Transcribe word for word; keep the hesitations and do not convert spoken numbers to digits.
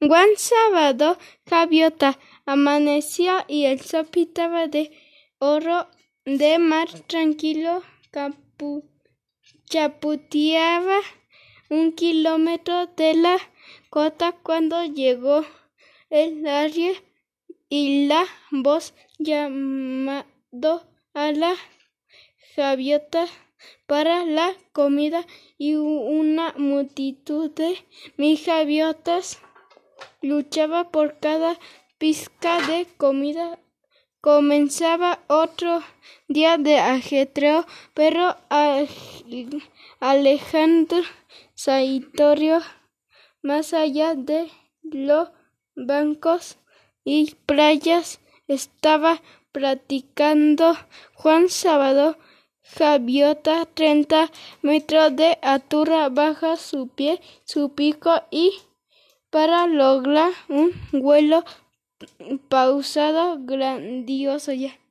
Buen sábado, gaviota, amaneció y el sol pintaba de oro de mar tranquilo, capu chaputeaba un kilómetro de la costa cuando llegó el aire y la voz llamando a la gaviota para la comida, y una multitud de mil gaviotas luchaba por cada pizca de comida. Comenzaba otro día de ajetreo, pero Alejandro Saitorio, más allá de los bancos y playas, estaba practicando Juan Sábado Gaviota. Treinta metros de altura baja su pie, su pico, y para lograr un vuelo pausado grandioso ya.